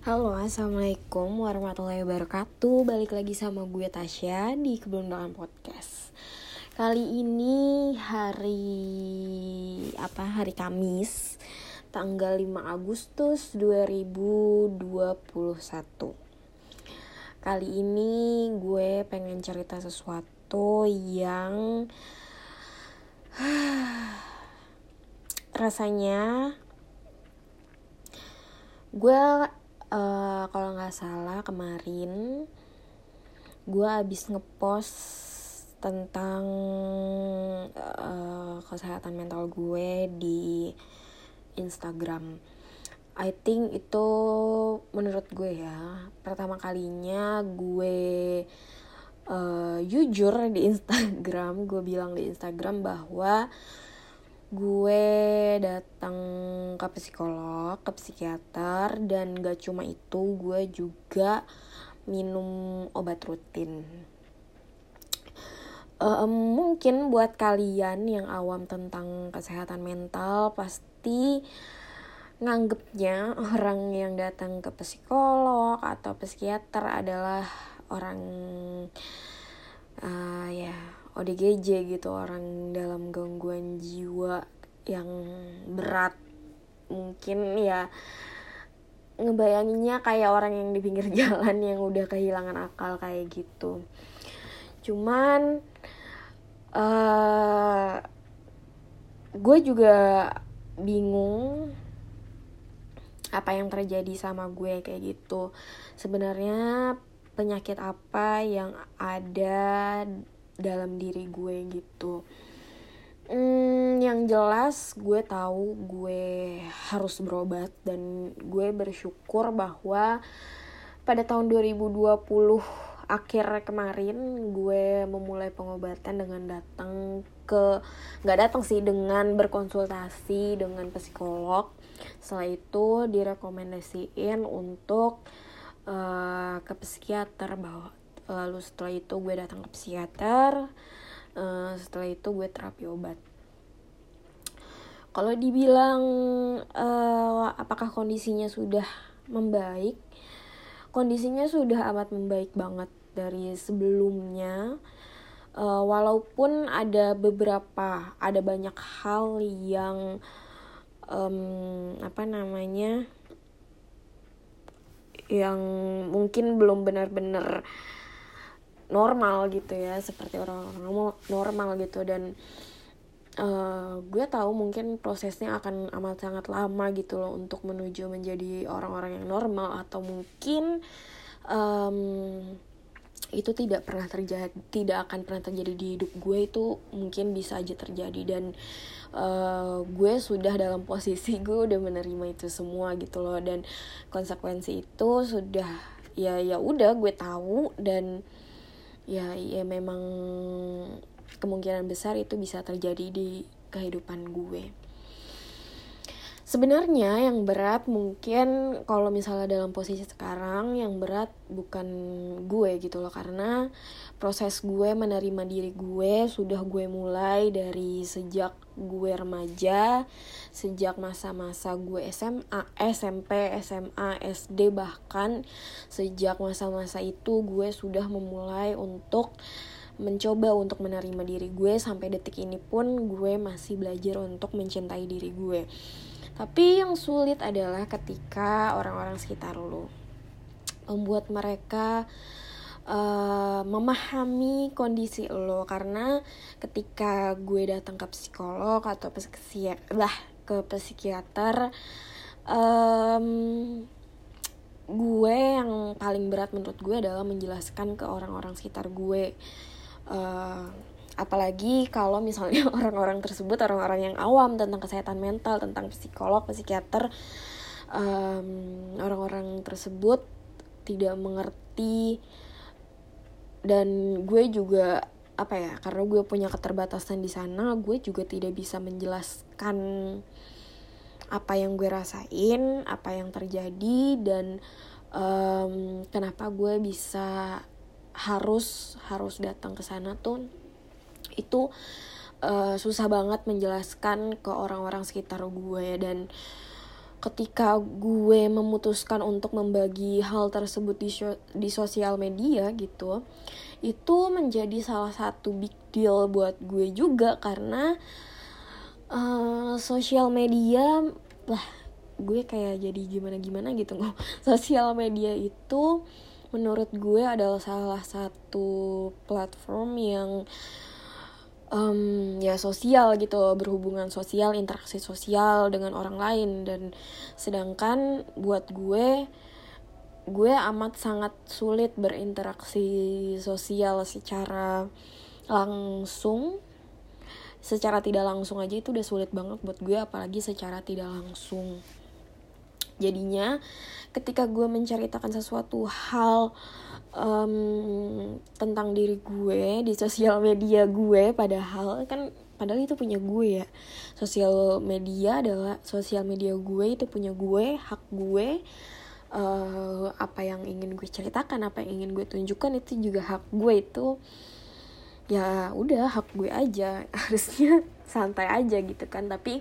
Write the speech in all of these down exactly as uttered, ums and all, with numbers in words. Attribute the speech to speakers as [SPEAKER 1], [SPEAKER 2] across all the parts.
[SPEAKER 1] Halo, assalamualaikum warahmatullahi wabarakatuh. Balik lagi sama gue Tasya di Keberuntungan Podcast. Kali ini hari apa? Hari Kamis, tanggal lima Agustus dua ribu dua puluh satu. Kali ini gue pengen cerita sesuatu yang rasanya gue Uh, kalau nggak salah kemarin gue abis ngepost tentang uh, kesehatan mental gue di Instagram. I think itu menurut gue ya pertama kalinya gue uh, jujur di Instagram. Gue bilang di Instagram bahwa gue datang ke psikolog, ke psikiater, dan gak cuma itu, gue juga minum obat rutin. Uh, mungkin buat kalian yang awam tentang kesehatan mental pasti nganggepnya orang yang datang ke psikolog atau psikiater adalah orang uh, ya O D G J gitu, orang dalam gangguan jiwa yang berat. Mungkin ya ngebayanginnya kayak orang yang di pinggir jalan yang udah kehilangan akal kayak gitu. Cuman uh, gue juga bingung apa yang terjadi sama gue kayak gitu. Sebenarnya penyakit apa yang ada dalam diri gue gitu. Hmm, yang jelas gue tahu gue harus berobat, dan gue bersyukur bahwa pada tahun dua ribu dua puluh akhir kemarin gue memulai pengobatan dengan datang ke nggak datang sih dengan berkonsultasi dengan psikolog. Setelah itu direkomendasiin untuk uh, ke psikiater bahwa lalu setelah itu gue datang ke psikiater, uh, setelah itu gue terapi obat. Kalau dibilang uh, apakah kondisinya sudah membaik, kondisinya sudah amat membaik banget dari sebelumnya. Uh, walaupun ada beberapa, ada banyak hal yang um, apa namanya, yang mungkin belum benar-benar normal gitu ya, seperti orang-orang normal gitu. Dan uh, gue tahu mungkin prosesnya akan amat sangat lama gitu loh untuk menuju menjadi orang-orang yang normal, atau mungkin um, itu tidak pernah terjadi, tidak akan pernah terjadi di hidup gue. Itu mungkin bisa aja terjadi, dan uh, gue sudah dalam posisi gue udah menerima itu semua gitu loh. Dan konsekuensi itu sudah ya ya udah gue tahu, dan ya ya memang kemungkinan besar itu bisa terjadi di kehidupan gue. Sebenarnya yang berat mungkin kalau misalnya dalam posisi sekarang, yang berat bukan gue gitu loh, karena proses gue menerima diri gue sudah gue mulai dari sejak gue remaja, sejak masa-masa gue S M A, S M P, S M A, S D, bahkan sejak masa-masa itu gue sudah memulai untuk mencoba untuk menerima diri gue. Sampai detik ini pun gue masih belajar untuk mencintai diri gue. Tapi yang sulit adalah ketika orang-orang sekitar lo, membuat mereka uh, memahami kondisi lo. Karena ketika gue datang ke psikolog atau psikiater, lah ke psikiater, um, gue yang paling berat menurut gue adalah menjelaskan ke orang-orang sekitar gue. Uh, Apalagi kalau misalnya orang-orang tersebut orang-orang yang awam tentang kesehatan mental, tentang psikolog, psikiater, um, orang-orang tersebut tidak mengerti. Dan gue juga apa ya, karena gue punya keterbatasan di sana, gue juga tidak bisa menjelaskan apa yang gue rasain, apa yang terjadi, dan um, kenapa gue bisa harus harus datang ke sana tuh. Itu uh, susah banget menjelaskan ke orang-orang sekitar gue. Dan ketika gue memutuskan untuk membagi hal tersebut di, so- di sosial media gitu, itu menjadi salah satu big deal buat gue juga, karena uh, sosial media lah, gue kayak jadi gimana-gimana gitu loh. Sosial media itu menurut gue adalah salah satu platform yang um, ya sosial gitu, berhubungan sosial, interaksi sosial dengan orang lain. Dan sedangkan buat gue gue amat sangat sulit berinteraksi sosial secara langsung. Secara tidak langsung aja itu udah sulit banget buat gue, apalagi secara tidak langsung. Jadinya ketika gue menceritakan sesuatu hal um, tentang diri gue di sosial media gue, padahal kan padahal itu punya gue ya. Sosial media adalah sosial media gue, itu punya gue, hak gue. Uh, apa yang ingin gue ceritakan, apa yang ingin gue tunjukkan itu juga hak gue. Itu ya udah hak gue aja, harusnya santai aja gitu kan. Tapi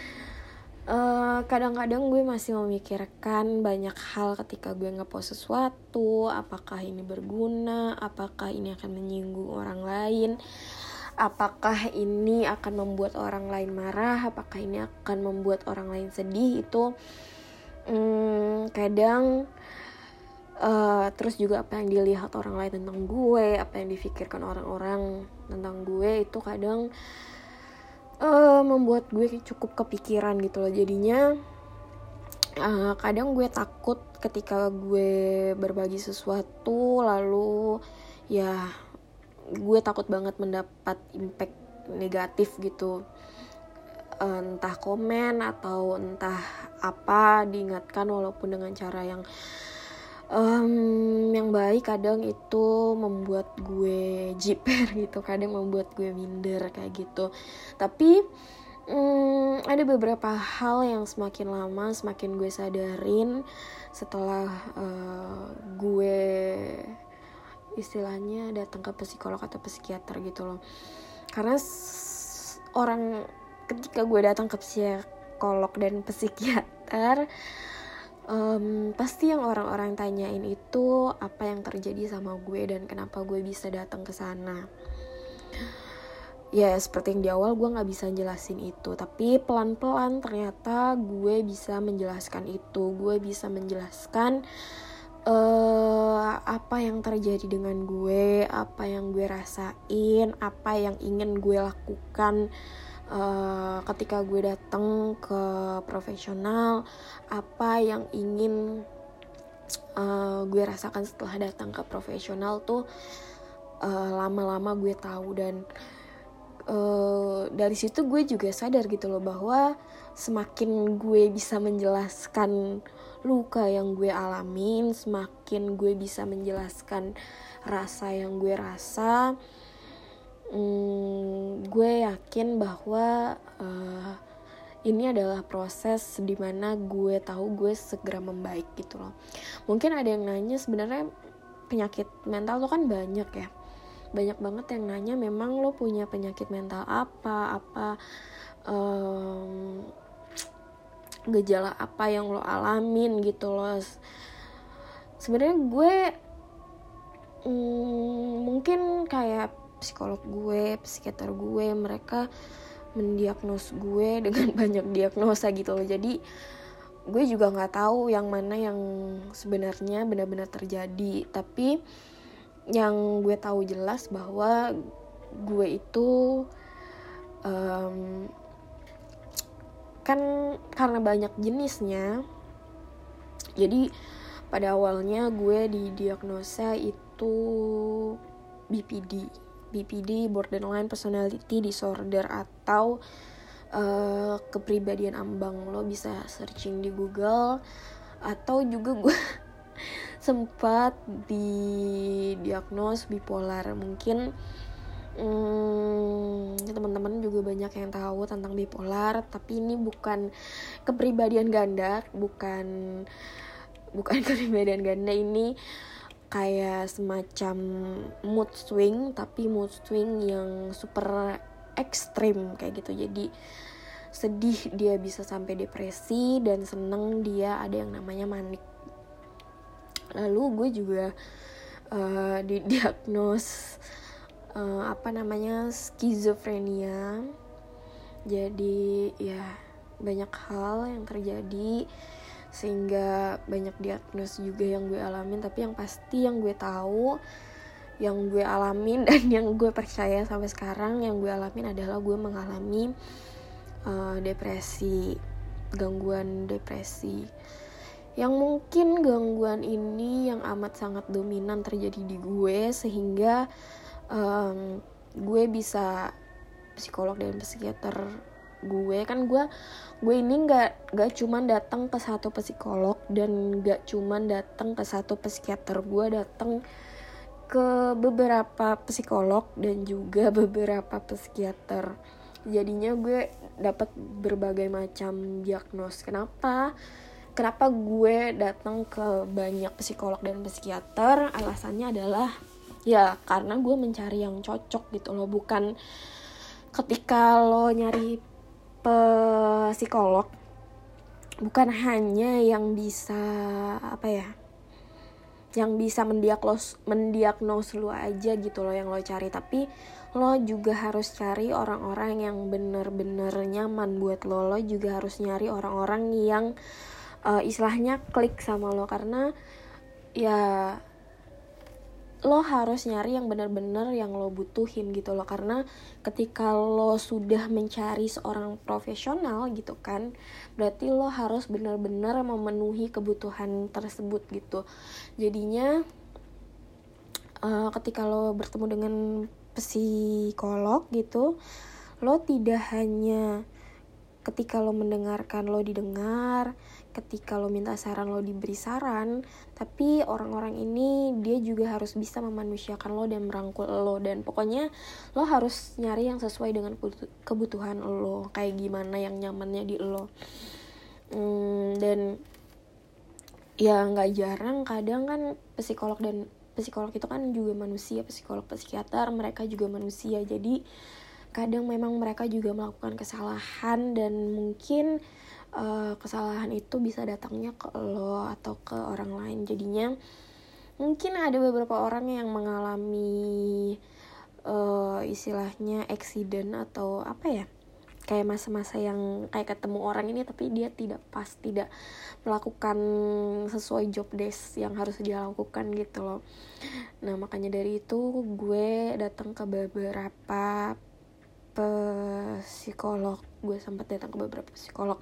[SPEAKER 1] Uh, kadang-kadang gue masih memikirkan banyak hal ketika gue ngepost sesuatu. Apakah ini berguna? Apakah ini akan menyinggung orang lain? Apakah ini akan membuat orang lain marah? Apakah ini akan membuat orang lain sedih? Itu um, kadang uh, terus juga apa yang dilihat orang lain tentang gue, apa yang difikirkan orang-orang tentang gue, itu kadang Uh, membuat gue cukup kepikiran gitu loh. Jadinya uh, kadang gue takut ketika gue berbagi sesuatu, lalu ya gue takut banget mendapat impact negatif gitu, uh, entah komen atau entah apa, diingatkan walaupun dengan cara yang Um, yang baik. Kadang itu membuat gue jiper gitu, kadang membuat gue minder kayak gitu. Tapi um, ada beberapa hal yang semakin lama semakin gue sadarin setelah uh, gue istilahnya datang ke psikolog atau psikiater gitu loh. Karena s- orang ketika gue datang ke psikolog dan psikiater, Um, pasti yang orang-orang tanyain itu apa yang terjadi sama gue dan kenapa gue bisa datang ke sana. Ya seperti yang di awal gue nggak bisa jelasin itu, tapi pelan-pelan ternyata gue bisa menjelaskan itu. Gue bisa menjelaskan uh, apa yang terjadi dengan gue, apa yang gue rasain, apa yang ingin gue lakukan Uh, ketika gue datang ke profesional, apa yang ingin uh, gue rasakan setelah datang ke profesional tuh uh, lama-lama gue tahu. Dan uh, dari situ gue juga sadar gitu loh, bahwa semakin gue bisa menjelaskan luka yang gue alamin, semakin gue bisa menjelaskan rasa yang gue rasa, Hmm, gue yakin bahwa uh, ini adalah proses dimana gue tahu gue segera membaik gitu loh. Mungkin ada yang nanya, sebenarnya penyakit mental tuh kan banyak ya, banyak banget yang nanya memang lo punya penyakit mental apa, apa um, gejala apa yang lo alamin gitu loh. Sebenarnya gue um, mungkin kayak psikolog gue, psikiater gue, mereka mendiagnos gue dengan banyak diagnosa gitu loh. Jadi gue juga nggak tahu yang mana yang sebenarnya benar-benar terjadi. Tapi yang gue tahu jelas bahwa gue itu um, kan karena banyak jenisnya. Jadi pada awalnya gue didiagnosa itu B P D. B P D, borderline personality disorder, atau uh, kepribadian ambang. Lo bisa searching di Google. Atau juga gue sempat didiagnos bipolar. Mungkin hmm, teman-teman juga banyak yang tahu tentang bipolar, tapi ini bukan kepribadian ganda, bukan bukan kepribadian ganda. Ini kayak semacam mood swing, tapi mood swing yang super ekstrim kayak gitu. Jadi sedih dia bisa sampai depresi, dan seneng dia ada yang namanya manik. Lalu gue juga uh, didiagnos uh, apa namanya skizofrenia. Jadi ya banyak hal yang terjadi sehingga banyak diagnos juga yang gue alamin. Tapi yang pasti yang gue tahu, yang gue alamin dan yang gue percaya sampai sekarang yang gue alamin adalah gue mengalami uh, depresi, gangguan depresi. Yang mungkin gangguan ini yang amat sangat dominan terjadi di gue sehingga um, gue bisa psikolog dan psikiater gue. Kan gue gue ini nggak nggak cuman datang ke satu psikolog dan nggak cuman datang ke satu psikiater. Gue datang ke beberapa psikolog dan juga beberapa psikiater. Jadinya gue dapat berbagai macam diagnos. Kenapa? Kenapa gue datang ke banyak psikolog dan psikiater? Alasannya adalah ya karena gue mencari yang cocok gitu loh. Bukan ketika lo nyari psikolog, bukan hanya yang bisa apa ya, yang bisa mendiagnos mendiagnos lo aja gitu loh yang lo cari, tapi lo juga harus cari orang-orang yang benar-benar nyaman buat lo. Lo juga harus nyari orang-orang yang uh, istilahnya klik sama lo, karena ya lo harus nyari yang benar-benar yang lo butuhin gitu loh. Karena ketika lo sudah mencari seorang profesional gitu kan, berarti lo harus benar-benar memenuhi kebutuhan tersebut gitu. Jadinya uh, ketika lo bertemu dengan psikolog gitu, lo tidak hanya ketika lo mendengarkan lo didengar, ketika lo minta saran lo diberi saran, tapi orang-orang ini dia juga harus bisa memanusiakan lo dan merangkul lo. Dan pokoknya lo harus nyari yang sesuai dengan kebutuhan lo, kayak gimana yang nyamannya di lo. hmm, dan ya nggak jarang kadang kan psikolog dan psikolog itu kan juga manusia, psikolog psikiater mereka juga manusia. Jadi kadang memang mereka juga melakukan kesalahan, dan mungkin uh, kesalahan itu bisa datangnya ke lo atau ke orang lain. Jadinya mungkin ada beberapa orang yang mengalami uh, istilahnya accident atau apa ya, kayak masa-masa yang kayak ketemu orang ini tapi dia tidak pas, tidak melakukan sesuai job desk yang harus dia lakukan gitu loh. Nah makanya dari itu gue datang ke beberapa psikolog, gue sempat datang ke beberapa psikolog.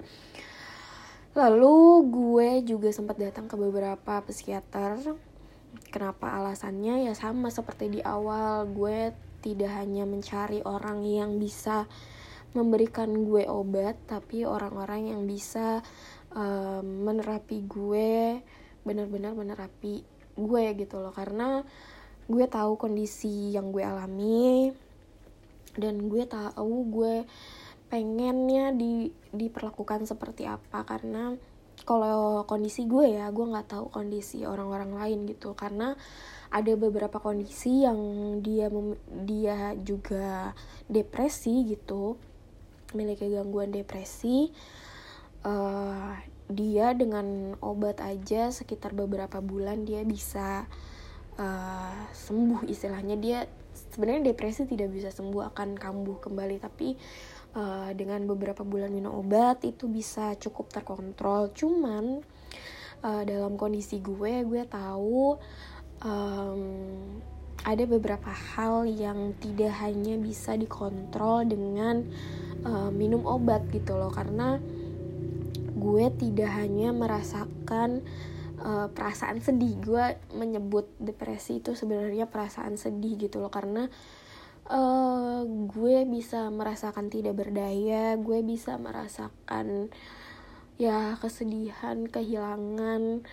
[SPEAKER 1] Lalu gue juga sempat datang ke beberapa psikiater. Kenapa alasannya? Ya sama seperti di awal, gue tidak hanya mencari orang yang bisa memberikan gue obat, tapi orang-orang yang bisa um, menerapi gue, benar-benar menerapi gue gitu loh. Karena gue tahu kondisi yang gue alami, dan gue tahu gue pengennya di diperlakukan seperti apa. Karena kalau kondisi gue ya, gue nggak tahu kondisi orang-orang lain gitu. Karena ada beberapa kondisi yang dia mem- dia juga depresi gitu, memiliki gangguan depresi. Uh, dia dengan obat aja sekitar beberapa bulan dia bisa uh, sembuh istilahnya. Dia sebenarnya depresi tidak bisa sembuh, akan kambuh kembali, tapi uh, dengan beberapa bulan minum obat itu bisa cukup terkontrol. Cuman uh, dalam kondisi gue, gue tahu um, ada beberapa hal yang tidak hanya bisa dikontrol dengan uh, minum obat gitu loh. Karena gue tidak hanya merasakan Uh, perasaan sedih. Gue menyebut depresi itu sebenarnya perasaan sedih gitu loh, karena uh, gue bisa merasakan tidak berdaya, gue bisa merasakan ya kesedihan, kehilangan,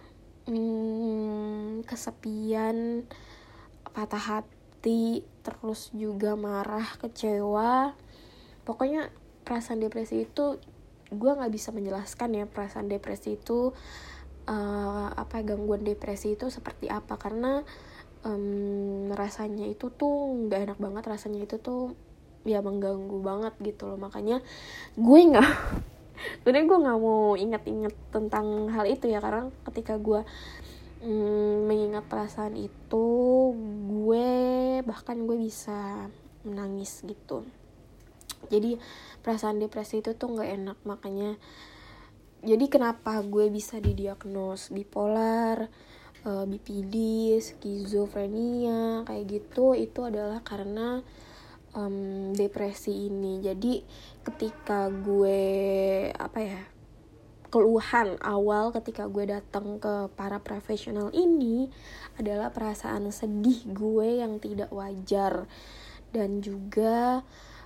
[SPEAKER 1] hmm, kesepian, patah hati, terus juga marah, kecewa. Pokoknya perasaan depresi itu gue nggak bisa menjelaskan ya, perasaan depresi itu Uh, apa gangguan depresi itu seperti apa, karena um, rasanya itu tuh nggak enak banget. Rasanya itu tuh ya mengganggu banget gitu loh. Makanya gue nggak sebenarnya gue nggak mau ingat-ingat tentang hal itu ya, karena ketika gue mm, mengingat perasaan itu, gue bahkan gue bisa menangis gitu. Jadi perasaan depresi itu tuh nggak enak. Makanya jadi kenapa gue bisa didiagnos bipolar, uh, B P D, skizofrenia kayak gitu, itu adalah karena um, depresi ini. Jadi ketika gue apa ya keluhan awal ketika gue datang ke para profesional ini adalah perasaan sedih gue yang tidak wajar, dan juga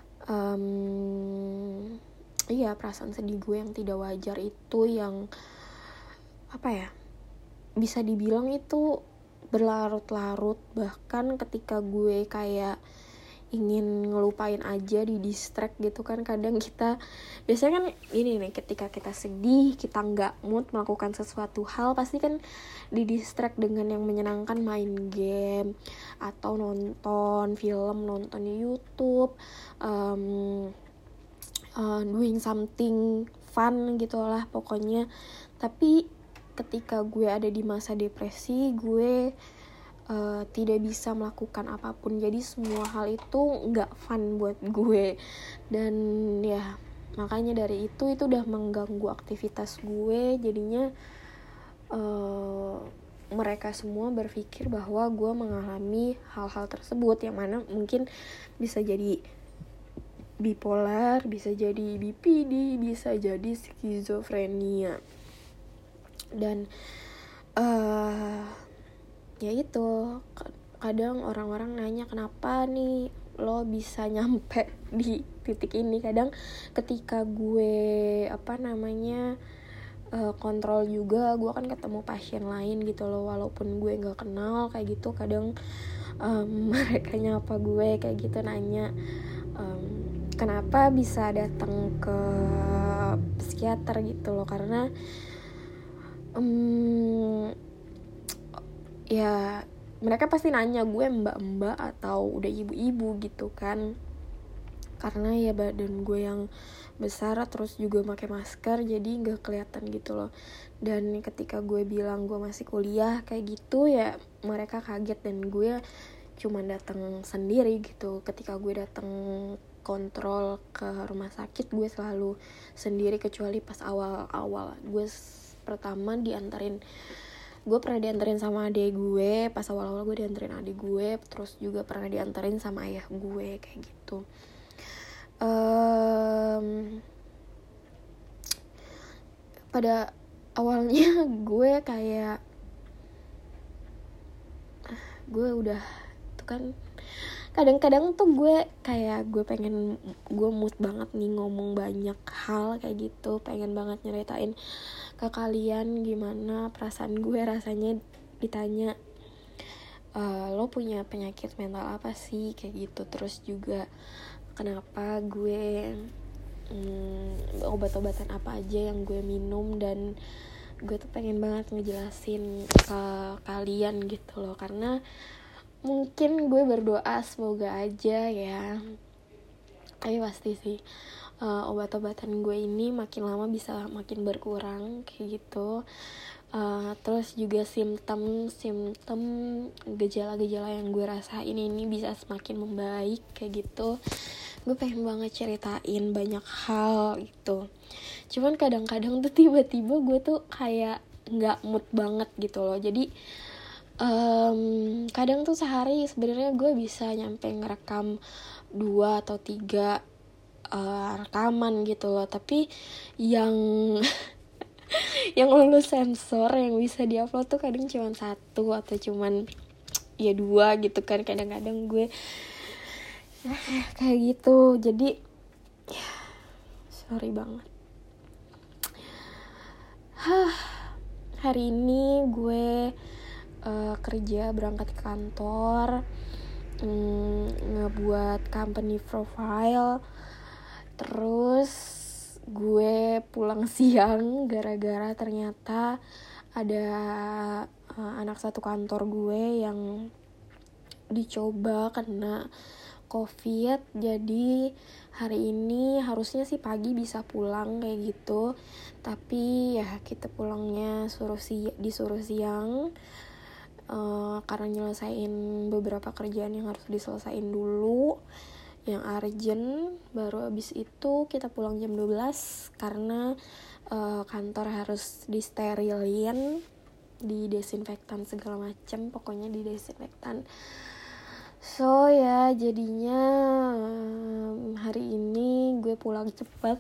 [SPEAKER 1] um, iya perasaan sedih gue yang tidak wajar itu yang apa ya bisa dibilang itu berlarut-larut. Bahkan ketika gue kayak ingin ngelupain aja, di distract gitu kan, kadang kita biasanya kan ini nih, ketika kita sedih, kita nggak mood melakukan sesuatu hal, pasti kan di distract dengan yang menyenangkan, main game atau nonton film, nonton YouTube, um, uh, doing something fun gitulah pokoknya. Tapi ketika gue ada di masa depresi, gue uh, tidak bisa melakukan apapun. Jadi semua hal itu nggak fun buat gue, dan ya makanya dari itu itu udah mengganggu aktivitas gue. Jadinya uh, mereka semua berpikir bahwa gue mengalami hal-hal tersebut, yang mana mungkin bisa jadi bipolar, bisa jadi B P D, bisa jadi skizofrenia. Dan uh, ya itu, kadang orang-orang nanya kenapa nih lo bisa nyampe di titik ini. Kadang ketika gue apa namanya uh, kontrol juga, gue kan ketemu pasien lain gitu loh, walaupun gue nggak kenal kayak gitu. Kadang um, mereka nyapa gue kayak gitu, nanya um, kenapa bisa datang ke psikiater gitu loh, karena um, ya mereka pasti nanya gue mbak-mbak atau udah ibu-ibu gitu kan, karena ya badan gue yang besar terus juga pakai masker, jadi nggak kelihatan gitu loh. Dan ketika gue bilang gue masih kuliah kayak gitu, ya mereka kaget, dan gue cuma datang sendiri gitu. Ketika gue datang kontrol ke rumah sakit, gue selalu sendiri, kecuali pas awal-awal. Gue pertama diantarin gue pernah dianterin sama adik gue, pas awal-awal gue dianterin adik gue, terus juga pernah dianterin sama ayah gue kayak gitu. Um, pada awalnya gue kayak gue udah tuh kan, kadang-kadang tuh gue kayak gue pengen, gue mood banget nih ngomong banyak hal kayak gitu, pengen banget nyeritain ke kalian gimana perasaan gue rasanya ditanya e, lo punya penyakit mental apa sih kayak gitu. Terus juga kenapa gue hmm, obat-obatan apa aja yang gue minum, dan gue tuh pengen banget ngejelasin ke kalian gitu loh, karena mungkin gue berdoa semoga aja ya, tapi pasti sih uh, obat-obatan gue ini makin lama bisa makin berkurang kayak gitu. Uh, terus juga simptom-simptom gejala-gejala yang gue rasain ini bisa semakin membaik kayak gitu. Gue pengen banget ceritain banyak hal gitu, cuman kadang-kadang tuh tiba-tiba gue tuh kayak nggak mood banget gitu loh. Jadi Um, kadang tuh sehari sebenarnya gue bisa nyampe ngerekam dua atau tiga uh, rekaman gitu loh, tapi yang yang lulus sensor yang bisa diupload tuh kadang cuma satu atau cuman ya dua gitu kan. Kadang-kadang gue kayak gitu, jadi ya, sorry banget. Hah, hari ini gue Uh, kerja, berangkat ke kantor, mm, ngebuat company profile, terus gue pulang siang gara-gara ternyata ada uh, anak satu kantor gue yang dicoba kena covid, jadi hari ini harusnya sih pagi bisa pulang kayak gitu, tapi ya kita pulangnya suruh si disuruh siang uh, karena nyelesain beberapa kerjaan yang harus diselesain dulu yang urgent. Baru abis itu kita pulang jam dua belas karena uh, kantor harus disterilin, di desinfektan segala macam, pokoknya di desinfektan. So ya jadinya um, hari ini gue pulang cepet,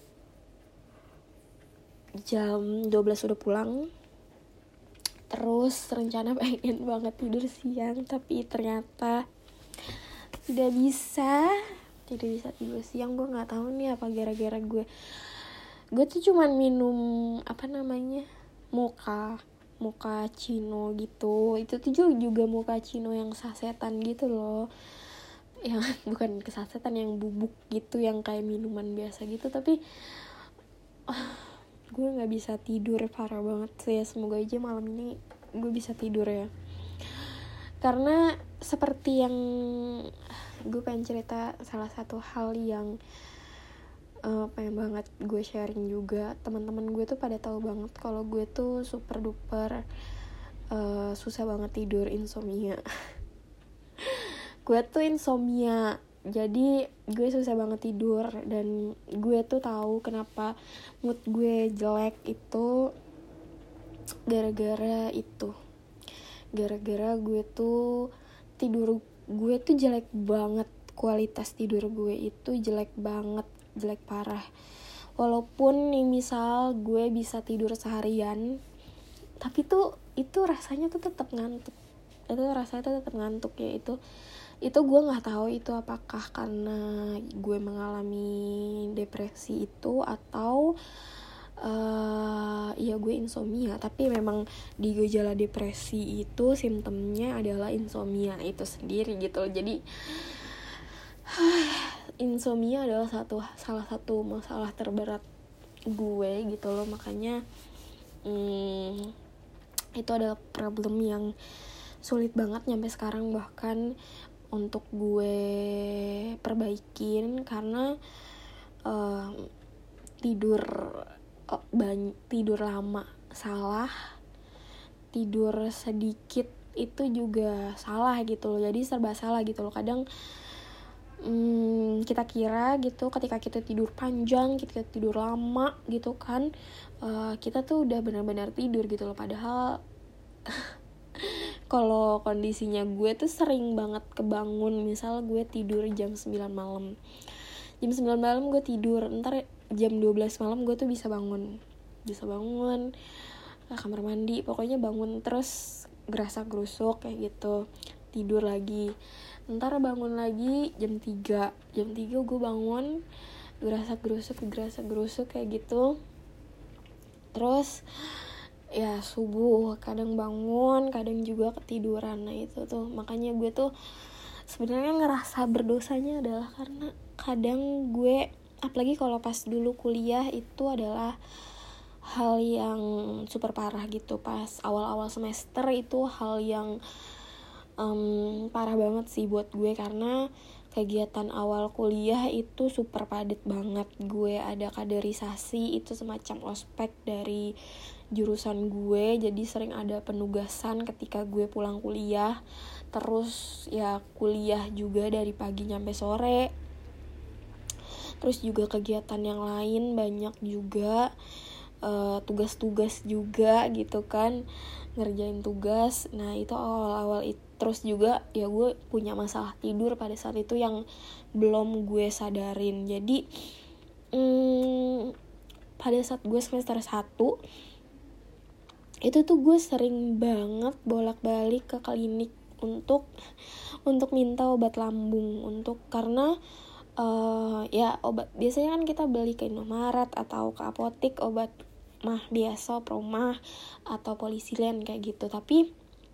[SPEAKER 1] jam dua belas udah pulang. Terus rencana pengen banget tidur siang, tapi ternyata tidak bisa tidak bisa tidur siang. Gue nggak tahu nih apa gara-gara gue gue tuh cuman minum apa namanya mocha mochaccino gitu. Itu tuh juga mochaccino yang sasetan gitu loh, yang bukan kesasetan, yang bubuk gitu, yang kayak minuman biasa gitu. Tapi uh, gue nggak bisa tidur, parah banget sih ya. Semoga aja malam ini gue bisa tidur ya, karena seperti yang gue pengen cerita, salah satu hal yang uh, pengen banget gue sharing juga. Teman-teman gue tuh pada tahu banget kalau gue tuh super duper uh, susah banget tidur, insomnia. Gue tuh insomnia, jadi gue susah banget tidur. Dan gue tuh tahu kenapa mood gue jelek itu gara-gara itu gara-gara gue tuh tidur gue tuh jelek banget. Kualitas tidur gue itu jelek banget, jelek parah. Walaupun nih misal gue bisa tidur seharian, tapi tuh itu rasanya tuh tetap ngantuk. Itu rasanya tuh tetap ngantuk ya. Itu itu gue nggak tahu itu apakah karena gue mengalami depresi itu atau Uh, ya gue insomnia. Tapi memang di gejala depresi itu simptomnya adalah insomnia itu sendiri gitu. Jadi insomnia adalah satu salah satu masalah terberat gue gitu loh. Makanya hmm, itu adalah problem yang sulit banget nyampe sekarang bahkan untuk gue perbaikin, karena uh, tidur Oh, banyak, tidur lama salah, tidur sedikit itu juga salah gitu loh. Jadi serba salah gitu loh. Kadang hmm, kita kira gitu ketika kita tidur panjang, kita tidur lama gitu kan, uh, kita tuh udah benar-benar tidur gitu loh. Padahal kalau kondisinya gue tuh sering banget kebangun. Misal gue tidur jam sembilan malam, jam sembilan malam gue tidur, ntar jam dua belas malam gue tuh bisa bangun bisa bangun ke kamar mandi, pokoknya bangun terus gerasak gerusuk kayak gitu, tidur lagi, ntar bangun lagi jam tiga jam tiga gue bangun gerasak gerusuk gerasak gerusuk kayak gitu. Terus ya subuh kadang bangun, kadang juga ketiduran. Nah itu tuh makanya gue tuh sebenarnya ngerasa berdosanya adalah karena kadang gue, apalagi kalau pas dulu kuliah, itu adalah hal yang super parah gitu. Pas awal-awal semester itu hal yang um, parah banget sih buat gue, karena kegiatan awal kuliah itu super padat banget. Gue ada kaderisasi, itu semacam ospek dari jurusan gue, jadi sering ada penugasan ketika gue pulang kuliah. Terus ya kuliah juga dari pagi nyampe sore. Terus juga kegiatan yang lain banyak juga, uh, tugas-tugas juga gitu kan, ngerjain tugas. Nah itu awal-awal itu. Terus juga ya gue punya masalah tidur pada saat itu yang belum gue sadarin. Jadi hmm, pada saat gue semester satu itu tuh gue sering banget bolak-balik ke klinik untuk untuk minta obat lambung, untuk karena Uh, ya obat biasanya kan kita beli ke Indomaret atau ke apotik, obat mah biasa Promah atau Polisilen kayak gitu. Tapi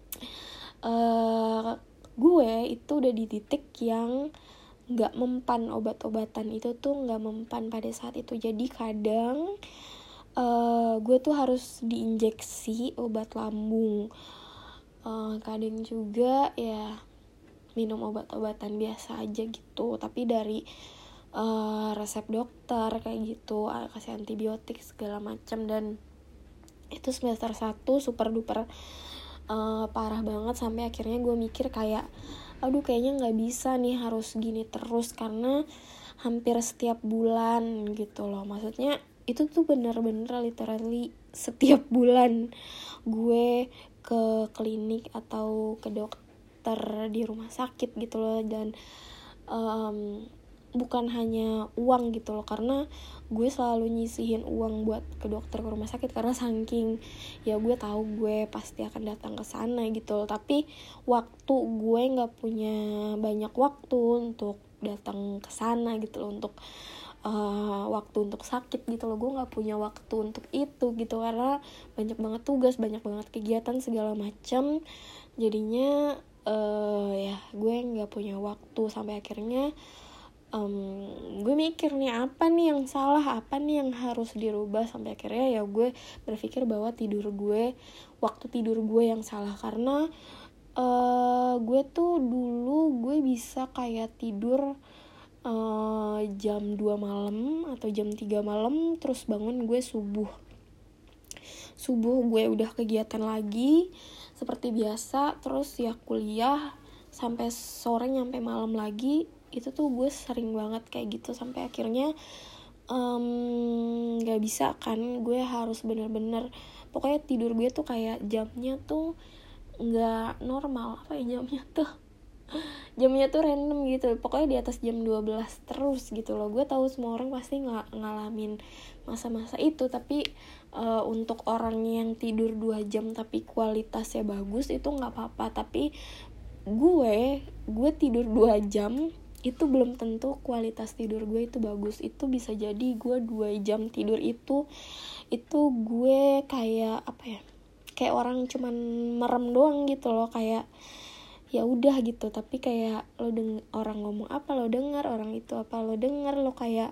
[SPEAKER 1] uh, gue itu udah di titik yang nggak mempan, obat-obatan itu tuh nggak mempan pada saat itu. Jadi kadang uh, gue tuh harus diinjeksi obat lambung, uh, kadang juga ya minum obat-obatan biasa aja gitu, tapi dari uh, resep dokter kayak gitu, kasih antibiotik segala macam. Dan itu semester satu super duper uh, parah banget, sampai akhirnya gue mikir kayak aduh kayaknya nggak bisa nih harus gini terus, karena hampir setiap bulan gitu loh. Maksudnya itu tuh bener-bener literally setiap bulan gue ke klinik atau ke dokter di rumah sakit gitu loh. Dan um, bukan hanya uang gitu loh, karena gue selalu nyisihin uang buat ke dokter ke rumah sakit, karena saking ya gue tahu gue pasti akan datang ke sana gitu loh. Tapi waktu gue nggak punya banyak waktu untuk datang ke sana gitu loh, untuk uh, waktu untuk sakit gitu loh. Gue nggak punya waktu untuk itu gitu, karena banyak banget tugas, banyak banget kegiatan segala macam. Jadinya uh, ya gue nggak punya waktu. Sampai akhirnya Um, gue mikir nih apa nih yang salah, apa nih yang harus dirubah. Sampai akhirnya ya gue berpikir bahwa tidur gue, waktu tidur gue yang salah. Karena uh, gue tuh dulu gue bisa kayak tidur uh, jam dua malam atau jam tiga malam, terus bangun gue subuh Subuh gue udah kegiatan lagi seperti biasa, terus ya kuliah sampai sore nyampe malam lagi. Itu tuh gue sering banget kayak gitu, sampai akhirnya um, gak bisa kan, gue harus bener-bener, pokoknya tidur gue tuh kayak jamnya tuh gak normal. Apa ya jamnya tuh jamnya tuh random gitu, pokoknya di atas jam dua belas terus gitu loh. Gue tahu semua orang pasti ng- ngalamin masa-masa itu, tapi uh, untuk orang yang tidur dua jam tapi kualitasnya bagus itu gak apa-apa. Tapi gue gue tidur dua jam itu belum tentu kualitas tidur gue itu bagus. Itu bisa jadi gue dua jam tidur itu itu gue kayak apa ya, kayak orang cuman merem doang gitu loh, kayak ya udah gitu. Tapi kayak lo deng orang ngomong apa lo dengar, orang itu apa lo dengar, lo kayak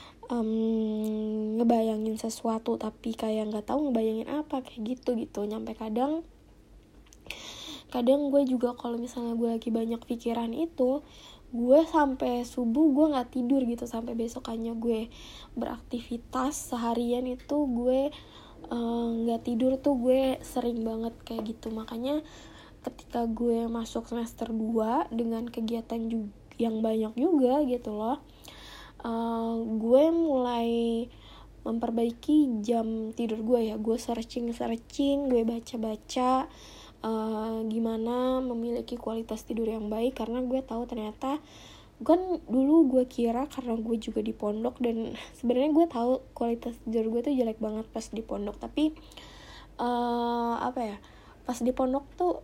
[SPEAKER 1] um, ngebayangin sesuatu tapi kayak nggak tahu ngebayangin apa, kayak gitu gitu. Nyampe kadang kadang gue juga kalau misalnya gue lagi banyak pikiran itu, gue sampai subuh gue nggak tidur gitu, sampai besokannya gue beraktivitas seharian itu gue nggak uh, tidur tuh. Gue sering banget kayak gitu. Makanya ketika gue masuk semester dua dengan kegiatan juga yang banyak juga gitu loh, uh, gue mulai memperbaiki jam tidur gue ya. Gue searching searching gue baca baca Uh, gimana memiliki kualitas tidur yang baik. Karena gue tahu ternyata kan dulu gue kira karena gue juga di pondok, dan sebenarnya gue tahu kualitas tidur gue tuh jelek banget pas di pondok. Tapi uh, apa ya, pas di pondok tuh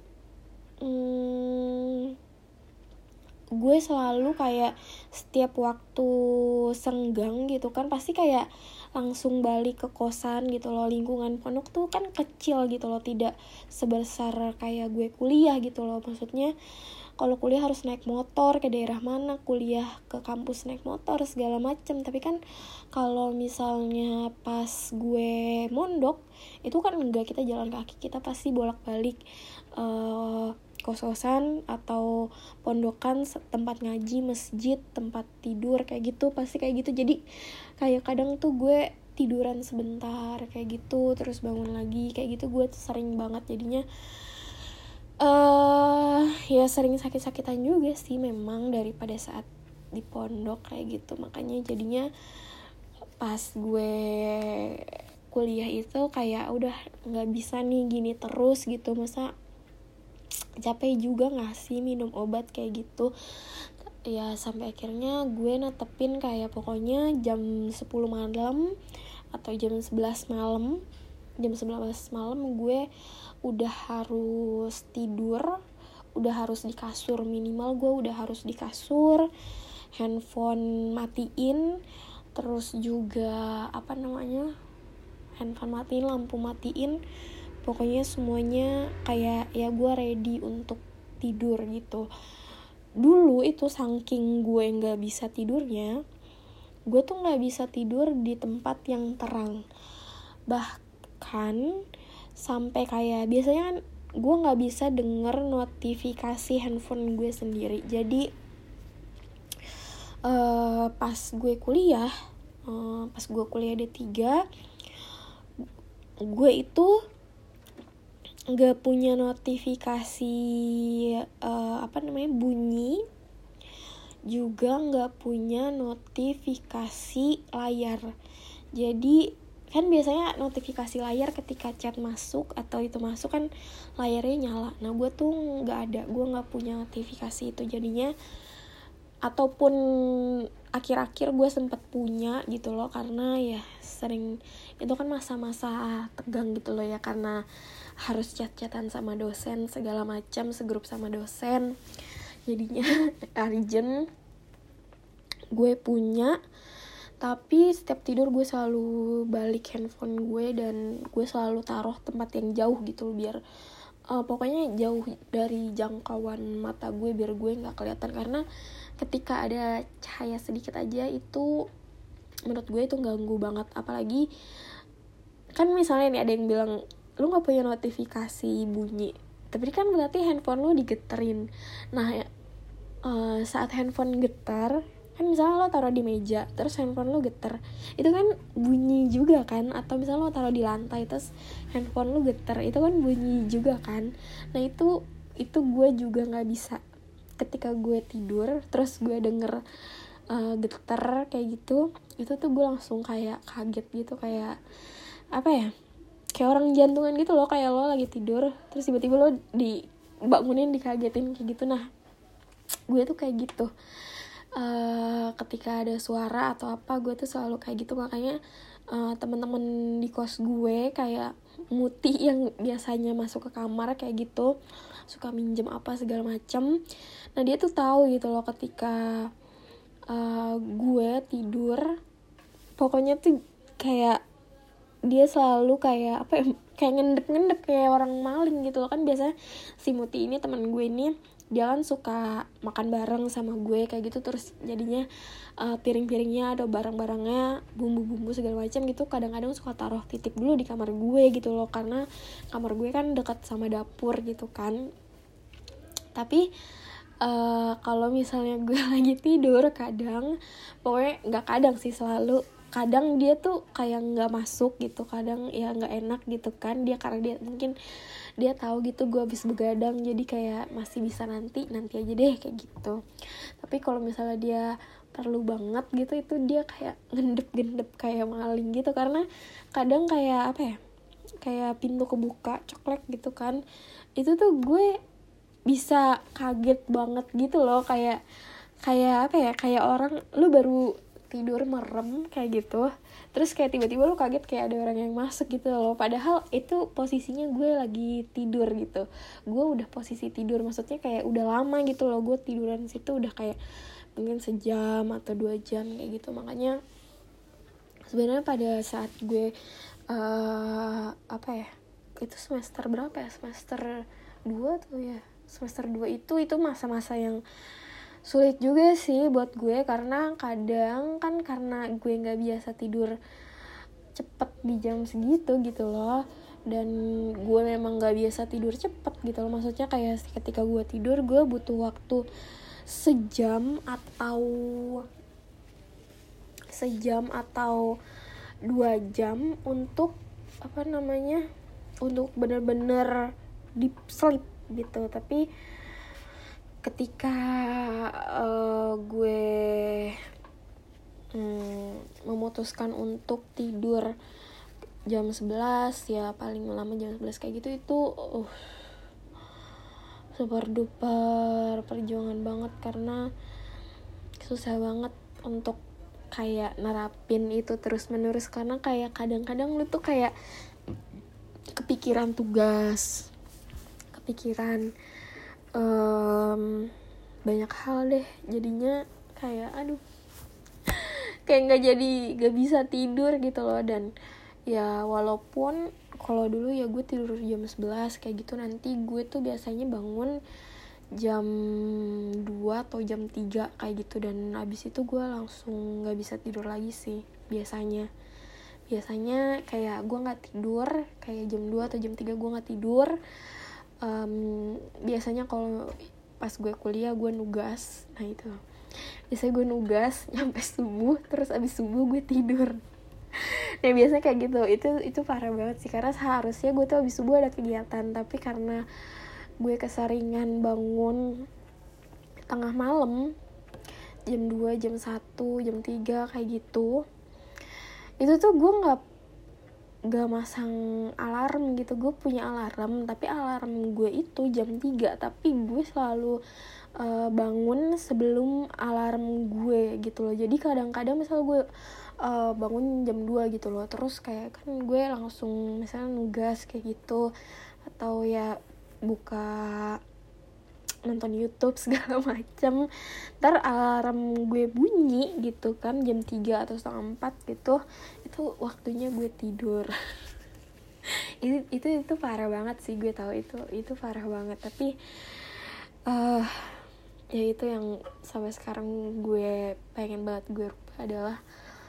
[SPEAKER 1] hmm, gue selalu kayak setiap waktu senggang gitu kan pasti kayak langsung balik ke kosan gitu loh. Lingkungan pondok tuh kan kecil gitu loh, tidak sebesar kayak gue kuliah gitu loh. Maksudnya kalau kuliah harus naik motor ke daerah mana, kuliah ke kampus naik motor segala macem. Tapi kan kalau misalnya pas gue mondok itu kan enggak, kita jalan kaki, kita pasti bolak-balik uh, kos-kosan atau pondokan, tempat ngaji, masjid, tempat tidur kayak gitu, pasti kayak gitu. Jadi kayak kadang tuh gue tiduran sebentar kayak gitu terus bangun lagi kayak gitu. Gue tuh sering banget jadinya uh, ya sering sakit-sakitan juga sih memang daripada saat di pondok kayak gitu. Makanya jadinya pas gue kuliah itu kayak udah nggak bisa nih gini terus gitu. Masa capek juga gak sih minum obat kayak gitu ya. Sampai akhirnya gue netepin kayak pokoknya jam sepuluh malam atau jam sebelas malam jam sebelas malam gue udah harus tidur, udah harus di kasur. Minimal gue udah harus di kasur, handphone matiin, terus juga apa namanya handphone matiin, lampu matiin, pokoknya semuanya kayak ya gue ready untuk tidur gitu. Dulu itu saking gue gak bisa tidurnya, gue tuh gak bisa tidur di tempat yang terang. Bahkan sampai kayak biasanya kan gue nggak bisa denger notifikasi handphone gue sendiri. Jadi uh, pas gue kuliah uh, pas gue kuliah D tiga, gue itu nggak punya notifikasi uh, apa namanya bunyi, juga nggak punya notifikasi layar. Jadi kan biasanya notifikasi layar ketika chat masuk atau itu masuk kan layarnya nyala. Nah gue tuh nggak ada, gue nggak punya notifikasi itu. Jadinya ataupun akhir-akhir gue sempet punya gitu loh, karena ya sering itu kan masa-masa tegang gitu loh ya, karena harus chat-chatan sama dosen segala macam, segrup sama dosen, jadinya urgent gue punya. Tapi setiap tidur gue selalu balik handphone gue, dan gue selalu taruh tempat yang jauh gitu biar uh, pokoknya jauh dari jangkauan mata gue, biar gue nggak kelihatan. Karena ketika ada cahaya sedikit aja itu menurut gue itu ganggu banget. Apalagi kan misalnya nih ada yang bilang lu nggak punya notifikasi bunyi, tapi kan berarti handphone lu digeterin. Nah uh, saat handphone getar kan, misalnya lo taruh di meja terus handphone lo getar, itu kan bunyi juga kan. Atau misalnya lo taruh di lantai terus handphone lo getar, itu kan bunyi juga kan. Nah itu itu gue juga nggak bisa. Ketika gue tidur terus gue denger uh, getar kayak gitu, itu tuh gue langsung kayak kaget gitu, kayak apa ya, kayak orang jantungan gitu loh. Kayak lo lagi tidur terus tiba-tiba lo dibangunin, dikagetin kayak gitu. Nah gue tuh kayak gitu. Uh, ketika ada suara atau apa, gue tuh selalu kayak gitu. Makanya uh, teman-teman di kos gue kayak Muti yang biasanya masuk ke kamar kayak gitu, suka minjem apa segala macem. Nah dia tuh tahu gitu loh ketika uh, gue tidur, pokoknya tuh kayak dia selalu kayak apa ya, kayak ngendep-ngendep kayak orang maling gitu loh. Kan biasanya si Muti ini teman gue ini, dia kan suka makan bareng sama gue kayak gitu, terus jadinya uh, piring-piringnya atau barang-barangnya, bumbu-bumbu segala macam gitu, kadang-kadang suka taruh titip dulu di kamar gue gitu loh, karena kamar gue kan dekat sama dapur gitu kan. Tapi uh, kalau misalnya gue lagi tidur, kadang, pokoknya nggak kadang sih, selalu kadang dia tuh kayak nggak masuk gitu, kadang ya nggak enak gitu kan dia, karena dia mungkin dia tahu gitu gue habis begadang, jadi kayak masih bisa nanti nanti aja deh kayak gitu. Tapi kalau misalnya dia perlu banget gitu, itu dia kayak ngendep-gendep kayak maling gitu. Karena kadang kayak apa ya, kayak pintu kebuka ceklek gitu kan, itu tuh gue bisa kaget banget gitu loh. Kayak kayak apa ya, kayak orang lu baru tidur merem kayak gitu, terus kayak tiba-tiba lu kaget kayak ada orang yang masuk gitu loh, padahal itu posisinya gue lagi tidur gitu. Gue udah posisi tidur, maksudnya kayak udah lama gitu loh gue tiduran situ, udah kayak mungkin sejam atau dua jam kayak gitu. Makanya sebenarnya pada saat gue uh, apa ya, itu semester berapa ya, semester dua tuh ya, semester dua itu itu masa-masa yang sulit juga sih buat gue, karena kadang kan karena gue nggak biasa tidur cepet di jam segitu gitu loh, dan gue memang nggak biasa tidur cepet gitu loh. Maksudnya kayak ketika gue tidur, gue butuh waktu sejam atau sejam atau dua jam untuk apa namanya, untuk bener-bener deep sleep gitu. Tapi ketika uh, gue hmm, memutuskan untuk tidur jam sebelas, ya paling lama jam sebelas kayak gitu, itu uh, super duper perjuangan banget, karena susah banget untuk kayak nerapin itu terus menerus. Karena kayak kadang-kadang lu tuh kayak kepikiran tugas, kepikiran Um, banyak hal deh, jadinya kayak aduh kayak nggak jadi nggak bisa tidur gitu loh. Dan ya walaupun kalau dulu ya gue tidur jam sebelas kayak gitu, nanti gue tuh biasanya bangun jam dua atau jam tiga kayak gitu, dan abis itu gue langsung nggak bisa tidur lagi sih biasanya. Biasanya kayak gue nggak tidur kayak jam dua atau jam tiga, gue nggak tidur. um, biasanya kalau pas gue kuliah gue nugas, nah itu biasanya gue nugas nyampe subuh, terus abis subuh gue tidur. Nah biasanya kayak gitu, itu itu parah banget sih, karena seharusnya gue tuh abis subuh ada kegiatan, tapi karena gue keseringan bangun tengah malam, jam dua, jam satu, jam tiga kayak gitu, itu tuh gue nggak nggak masang alarm gitu. Gue punya alarm, tapi alarm gue itu jam tiga, tapi gue selalu uh, bangun sebelum alarm gue gitu loh. Jadi kadang-kadang misal gue uh, bangun jam dua gitu loh, terus kayak kan gue langsung misalnya nugas kayak gitu, atau ya buka nonton YouTube segala macam, ntar alarm gue bunyi gitu kan jam tiga atau setengah empat gitu, itu waktunya gue tidur. itu itu itu parah banget sih, gue tahu itu itu parah banget, tapi uh, ya itu yang sampai sekarang gue pengen banget gue rubah adalah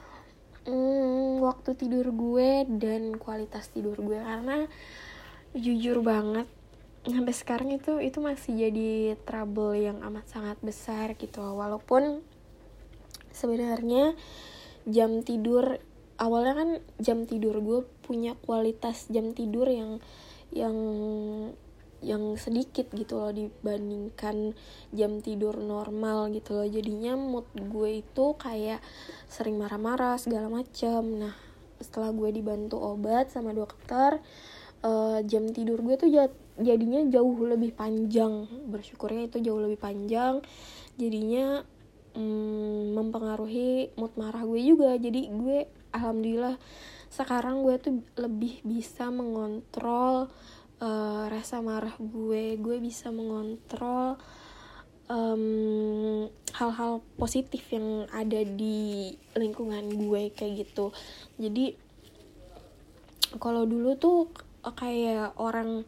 [SPEAKER 1] hmm, waktu tidur gue dan kualitas tidur gue, karena jujur banget sampai sekarang itu itu masih jadi trouble yang amat sangat besar gitu. Walaupun sebenarnya jam tidur awalnya kan, jam tidur gue punya kualitas jam tidur yang yang yang sedikit gitu loh dibandingkan jam tidur normal gitu loh. Jadinya mood gue itu kayak sering marah-marah segala macam. Nah setelah gue dibantu obat sama dokter, uh, jam tidur gue tuh jat jadinya jauh lebih panjang, bersyukurnya itu jauh lebih panjang, jadinya hmm, mempengaruhi mood marah gue juga. Jadi gue alhamdulillah sekarang gue tuh lebih bisa mengontrol uh, rasa marah gue, gue bisa mengontrol um, hal-hal positif yang ada di lingkungan gue kayak gitu. Jadi kalau dulu tuh kayak orang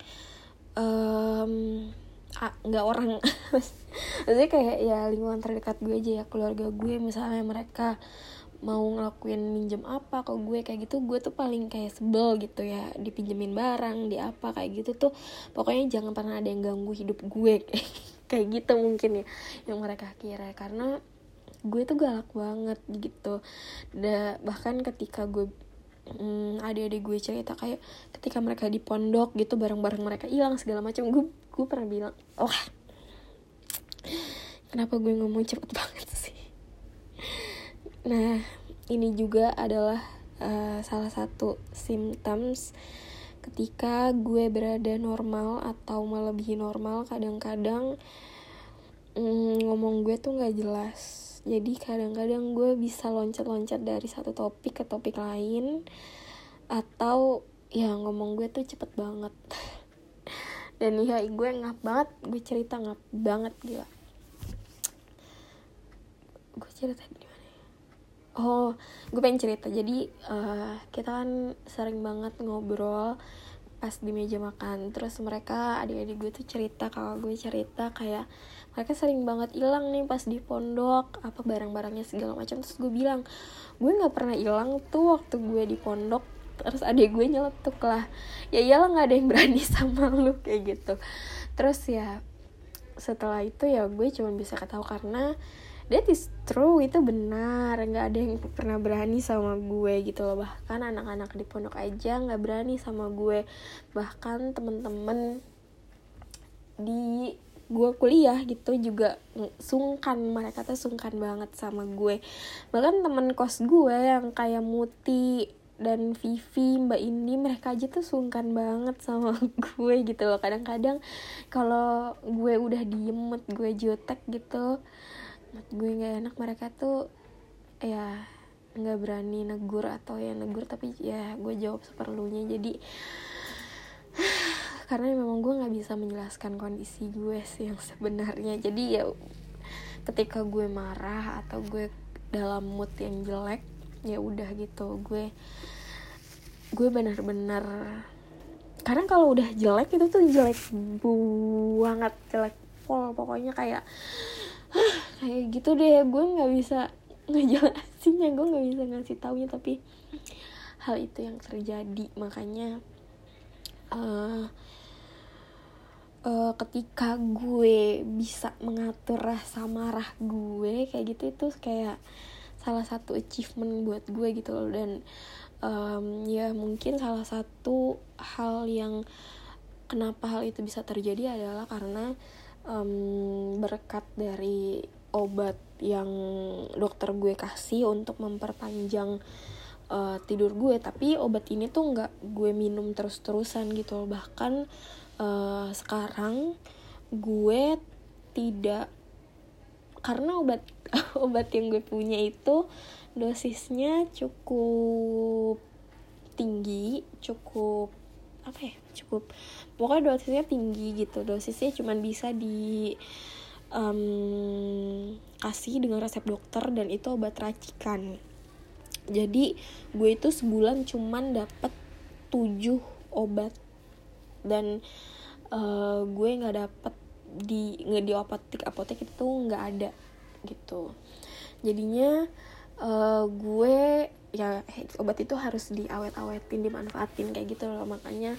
[SPEAKER 1] Um, ah, nggak orang maksudnya kayak ya lingkungan terdekat gue aja ya, keluarga gue misalnya mereka mau ngelakuin minjem apa ke gue kayak gitu, gue tuh paling kayak sebel gitu ya, dipinjemin barang di apa kayak gitu tuh, pokoknya jangan pernah ada yang ganggu hidup gue kayak gitu mungkin ya yang mereka kira, karena gue tuh galak banget gitu. Da, bahkan ketika gue Hmm, adik-adik gue cerita kayak ketika mereka di pondok gitu barang-barang mereka hilang segala macam, gue gue pernah bilang, wah kenapa gue ngomong cepet banget sih. Nah ini juga adalah uh, salah satu symptoms ketika gue berada normal atau melebihi normal. Kadang-kadang mm, ngomong gue tuh nggak jelas. Jadi kadang-kadang gue bisa loncat-loncat dari satu topik ke topik lain, atau ya ngomong gue tuh cepet banget. Dan ya gue ngap banget, gue cerita ngap banget gila. Gue cerita di mana ya? Oh, gue pengen cerita. Jadi uh, kita kan sering banget ngobrol pas di meja makan. Terus mereka, adik-adik gue tuh cerita, kakak gue cerita kayak mereka sering banget hilang nih pas di pondok, apa barang-barangnya segala macam. Terus gue bilang, gue nggak pernah hilang tuh waktu gue di pondok. Terus adik gue nyeletuk lah, ya iyalah nggak ada yang berani sama lu kayak gitu. Terus ya setelah itu ya gue cuma bisa ketawa, karena that is true, itu benar, nggak ada yang pernah berani sama gue gitu loh. Bahkan anak-anak di pondok aja nggak berani sama gue, bahkan temen-temen di gue kuliah gitu juga sungkan, mereka tuh sungkan banget sama gue. Bahkan temen kos gue yang kayak Muti dan Vivi, Mbak Indi, mereka aja tuh sungkan banget sama gue gitu loh. Kadang-kadang kalau gue udah diem, mood gue jutek gitu, mood gue nggak enak, mereka tuh ya nggak berani negur, atau ya negur tapi ya gue jawab seperlunya. Jadi karena memang gue nggak bisa menjelaskan kondisi gue sih yang sebenarnya. Jadi ya ketika gue marah atau gue dalam mood yang jelek, ya udah gitu, gue gue benar-benar, karena kalau udah jelek itu tuh jelek banget, jelek pol pokoknya, kayak kayak gitu deh. Gue nggak bisa ngejelasinnya, gue nggak bisa ngasih taunya, tapi hal itu yang terjadi. Makanya uh, uh, ketika gue bisa mengatur rasa marah gue kayak gitu, itu kayak salah satu achievement buat gue gitu loh. Dan um, ya mungkin salah satu hal yang kenapa hal itu bisa terjadi adalah karena um, berkat dari obat yang dokter gue kasih untuk memperpanjang uh, tidur gue. Tapi obat ini tuh nggak gue minum terus-terusan gitu loh. Bahkan uh, sekarang gue tidak, karena obat obat yang gue punya itu dosisnya cukup tinggi, cukup apa ya, cukup pokoknya dosisnya tinggi gitu. Dosisnya cuma bisa di um, kasih dengan resep dokter, dan itu obat racikan. Jadi gue itu sebulan cuman dapet tujuh obat, dan uh, gue nggak dapet di nggak di apotek apotek itu nggak ada gitu. Jadinya uh, gue ya obat itu harus diawet-awetin, dimanfaatin kayak gitu loh. Makanya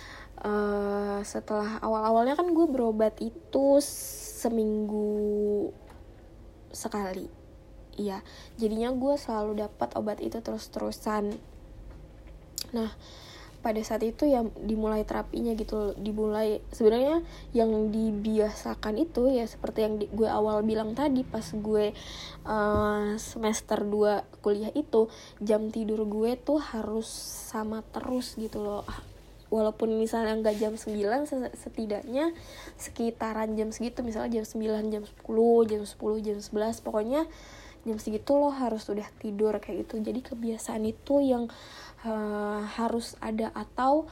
[SPEAKER 1] uh, setelah awal-awalnya kan gue berobat itu seminggu sekali, iya, jadinya gue selalu dapat obat itu terus-terusan. Nah pada saat itu ya dimulai terapinya gitu, dimulai sebenarnya yang dibiasakan itu ya seperti yang di, gue awal bilang tadi pas gue uh, semester dua kuliah itu, jam tidur gue tuh harus sama terus gitu loh. Walaupun misalnya nggak jam sembilan, setidaknya sekitaran jam segitu, misalnya jam sembilan, jam sepuluh, jam sepuluh, jam sebelas, pokoknya jam segitu lo harus udah tidur kayak gitu. Jadi kebiasaan itu yang uh, harus ada, atau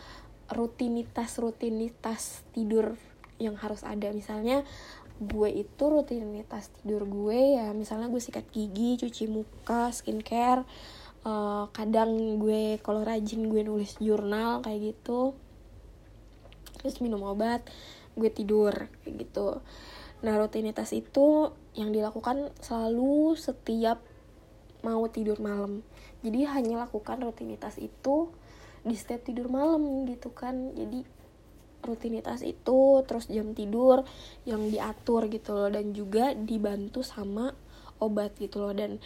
[SPEAKER 1] rutinitas-rutinitas tidur yang harus ada. Misalnya gue itu rutinitas tidur gue ya misalnya gue sikat gigi, cuci muka, skincare, uh, kadang gue kalau rajin gue nulis jurnal kayak gitu, terus minum obat, gue tidur kayak gitu. Nah rutinitas itu yang dilakukan selalu setiap mau tidur malam. Jadi hanya lakukan rutinitas itu di setiap tidur malam gitu kan. Jadi rutinitas itu terus jam tidur yang diatur gitu loh, dan juga dibantu sama obat gitu loh. Dan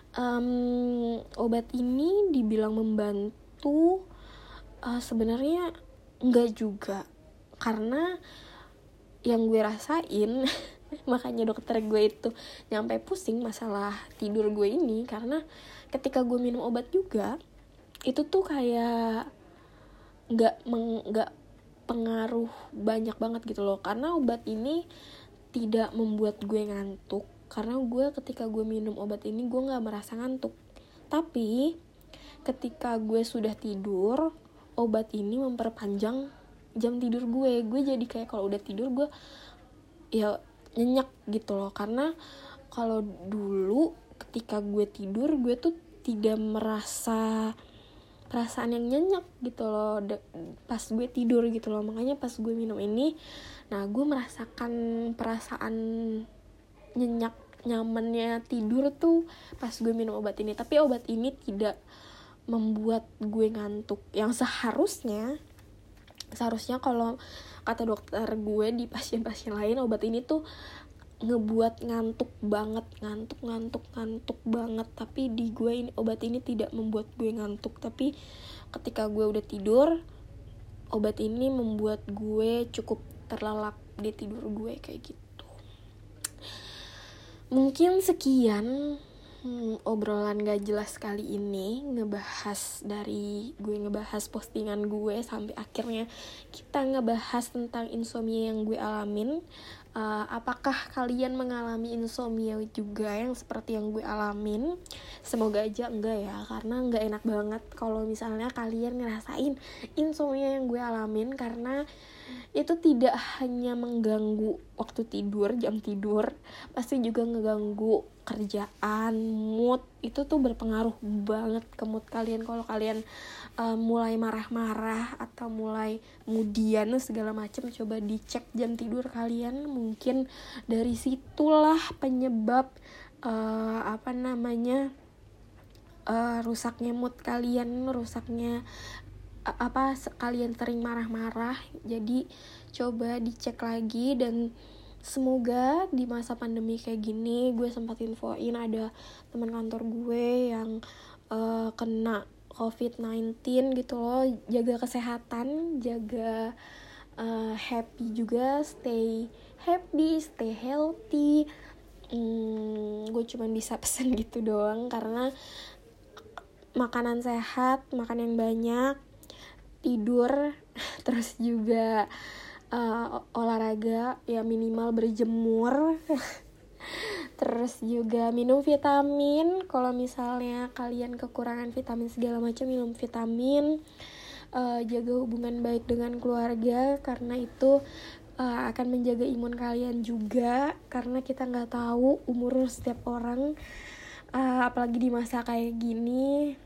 [SPEAKER 1] um, obat ini dibilang membantu, uh, sebenarnya enggak juga, karena yang gue rasain makanya dokter gue itu nyampe pusing masalah tidur gue ini, karena ketika gue minum obat juga itu tuh kayak nggak nggak pengaruh banyak banget gitu loh, karena obat ini tidak membuat gue ngantuk. Karena gue ketika gue minum obat ini gue nggak merasa ngantuk, tapi ketika gue sudah tidur obat ini memperpanjang jam tidur gue. Gue jadi kayak kalau udah tidur gue ya nyenyak gitu loh. Karena kalau dulu ketika gue tidur gue tuh tidak merasa perasaan yang nyenyak gitu loh de- pas gue tidur gitu loh. Makanya pas gue minum ini, nah gue merasakan perasaan nyenyak, nyamannya tidur tuh pas gue minum obat ini. Tapi obat ini tidak membuat gue ngantuk. Yang seharusnya seharusnya kalau kata dokter gue di pasien-pasien lain, obat ini tuh ngebuat ngantuk banget, ngantuk ngantuk ngantuk banget. Tapi di gue ini obat ini tidak membuat gue ngantuk, tapi ketika gue udah tidur obat ini membuat gue cukup terlelap di tidur gue kayak gitu. Mungkin sekian hmm, obrolan gak jelas kali ini, ngebahas dari gue ngebahas postingan gue sampai akhirnya kita ngebahas tentang insomnia yang gue alamin. Uh, apakah kalian mengalami insomnia juga yang seperti yang gue alamin? Semoga aja enggak ya, karena enggak enak banget kalau misalnya kalian ngerasain insomnia yang gue alamin, karena itu tidak hanya mengganggu waktu tidur, jam tidur, pasti juga ngeganggu kerjaan, mood. Itu tuh berpengaruh banget ke mood kalian. Kalau kalian uh, mulai marah-marah atau mulai mudian segala macam, coba dicek jam tidur kalian. Mungkin dari situlah penyebab uh, apa namanya uh, rusaknya mood kalian, rusaknya apa kalian sering marah-marah, jadi coba dicek lagi. Dan semoga di masa pandemi kayak gini, gue sempat infoin ada teman kantor gue yang uh, kena covid sembilan belas gitu loh. Jaga kesehatan, jaga uh, happy juga, stay happy, stay healthy. hmm, gue cuma bisa pesan gitu doang, karena makanan sehat, makan yang banyak, tidur, terus juga uh, olahraga ya minimal berjemur. Terus juga minum vitamin, kalau misalnya kalian kekurangan vitamin segala macam, minum vitamin. uh, jaga hubungan baik dengan keluarga, karena itu uh, akan menjaga imun kalian juga, karena kita nggak tahu umur setiap orang. Uh, apalagi di masa kayak gini,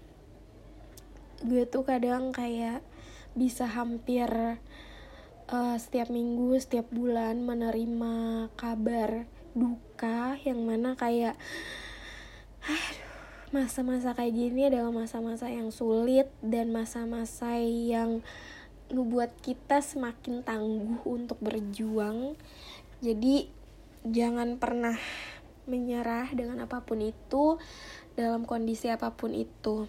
[SPEAKER 1] gue tuh kadang kayak bisa hampir uh, setiap minggu, setiap bulan menerima kabar duka, yang mana kayak aduh, masa-masa kayak gini adalah masa-masa yang sulit dan masa-masa yang ngebuat kita semakin tangguh untuk berjuang. Jadi jangan pernah menyerah dengan apapun itu, dalam kondisi apapun itu.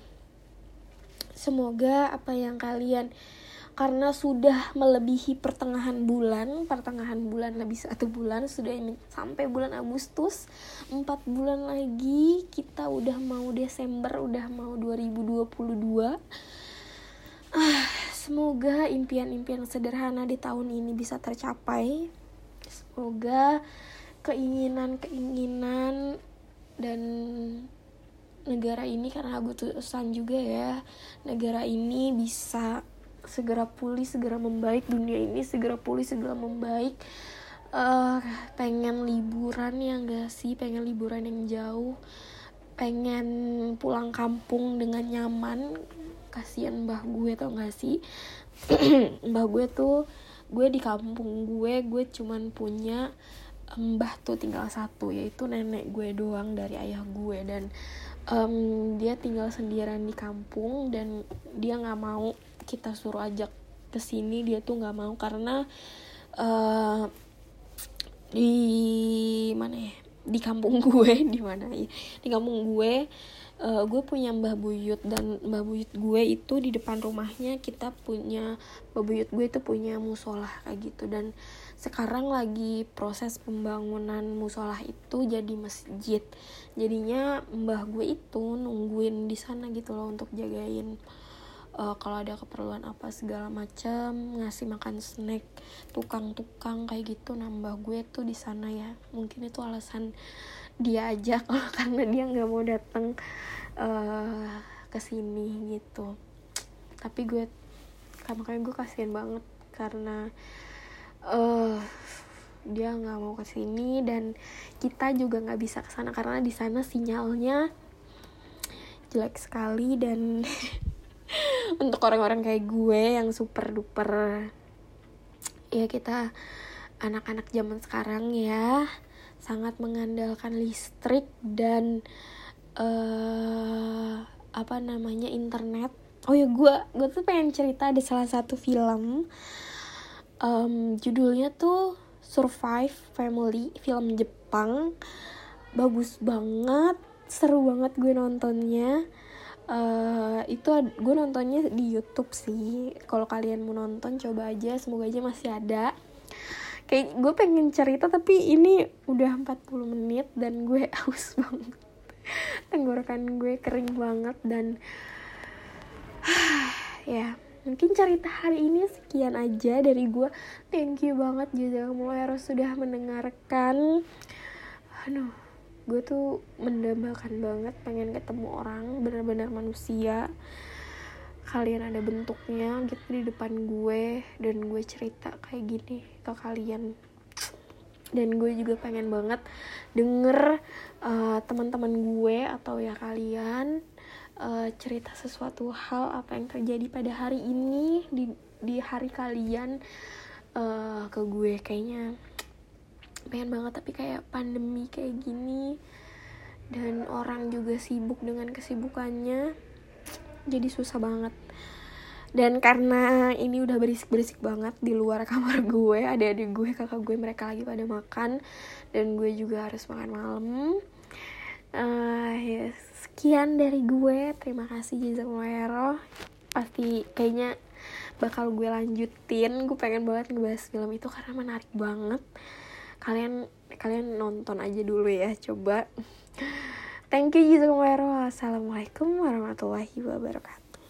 [SPEAKER 1] Semoga apa yang kalian, karena sudah melebihi pertengahan bulan, pertengahan bulan lebih satu bulan, sudah sampai bulan Agustus, empat bulan lagi kita udah mau Desember, udah mau dua ribu dua puluh dua. Ah, semoga impian-impian sederhana di tahun ini bisa tercapai. Semoga keinginan-keinginan dan negara ini, karena Agustusan juga ya, negara ini bisa segera pulih, segera membaik, dunia ini segera pulih, segera membaik. uh, pengen liburan ya gak sih, pengen liburan yang jauh, pengen pulang kampung dengan nyaman. Kasian mbah gue, tau gak sih? Mbah gue tuh, gue di kampung gue, gue cuman punya mbah tuh tinggal satu, yaitu nenek gue doang dari ayah gue. Dan um, dia tinggal sendirian di kampung, dan dia nggak mau kita suruh ajak kesini. Dia tuh nggak mau karena uh, di mana ya, di kampung gue, di mana ya, di kampung gue uh, gue punya mbah buyut, dan mbah buyut gue itu di depan rumahnya kita punya, mbah buyut gue itu punya musola kayak gitu. Dan sekarang lagi proses pembangunan musola itu jadi masjid. Jadinya mbah gue itu nungguin di sana gitu loh, untuk jagain uh, kalau ada keperluan apa segala macam, ngasih makan snack tukang-tukang kayak gitu. Nah, mbah gue tuh di sana ya. Mungkin itu alasan dia aja kalau karena dia nggak mau datang uh, ke sini gitu. Tapi gue makanya gue kasihan banget karena Uh, dia nggak mau kesini, dan kita juga nggak bisa kesana karena di sana sinyalnya jelek sekali. Dan untuk orang-orang kayak gue yang super duper, ya kita anak-anak zaman sekarang ya, sangat mengandalkan listrik dan uh, apa namanya internet. Oh ya, gue gue tuh pengen cerita, ada salah satu film. Um, judulnya tuh Survive Family, film Jepang, bagus banget, seru banget gue nontonnya. Uh, itu gue nontonnya di YouTube sih. Kalau kalian mau nonton coba aja, semoga aja masih ada. Kayak gue pengen cerita tapi ini udah empat puluh menit dan gue haus banget. Tenggorokan gue kering banget dan ya. Mungkin cerita hari ini sekian aja dari gue. Thank you banget jazakumullah sudah mendengarkan. Aduh, gue tuh mendambakan banget pengen ketemu orang benar-benar manusia. Kalian ada bentuknya gitu di depan gue, dan gue cerita kayak gini ke kalian. Dan gue juga pengen banget denger uh, teman-teman gue atau ya kalian Uh, cerita sesuatu hal apa yang terjadi pada hari ini di di hari kalian uh, ke gue. Kayaknya pengen banget, tapi kayak pandemi kayak gini dan orang juga sibuk dengan kesibukannya, jadi susah banget. Dan karena ini udah berisik-berisik banget di luar kamar gue, adik-adik gue, kakak gue, mereka lagi pada makan, dan gue juga harus makan malam. Uh, ya, sekian dari gue, terima kasih jazakumullah. Pasti kayaknya bakal gue lanjutin, gue pengen banget ngebahas film itu karena menarik banget. Kalian kalian nonton aja dulu ya, coba. Thank you jazakumullah. Assalamualaikum warahmatullahi wabarakatuh.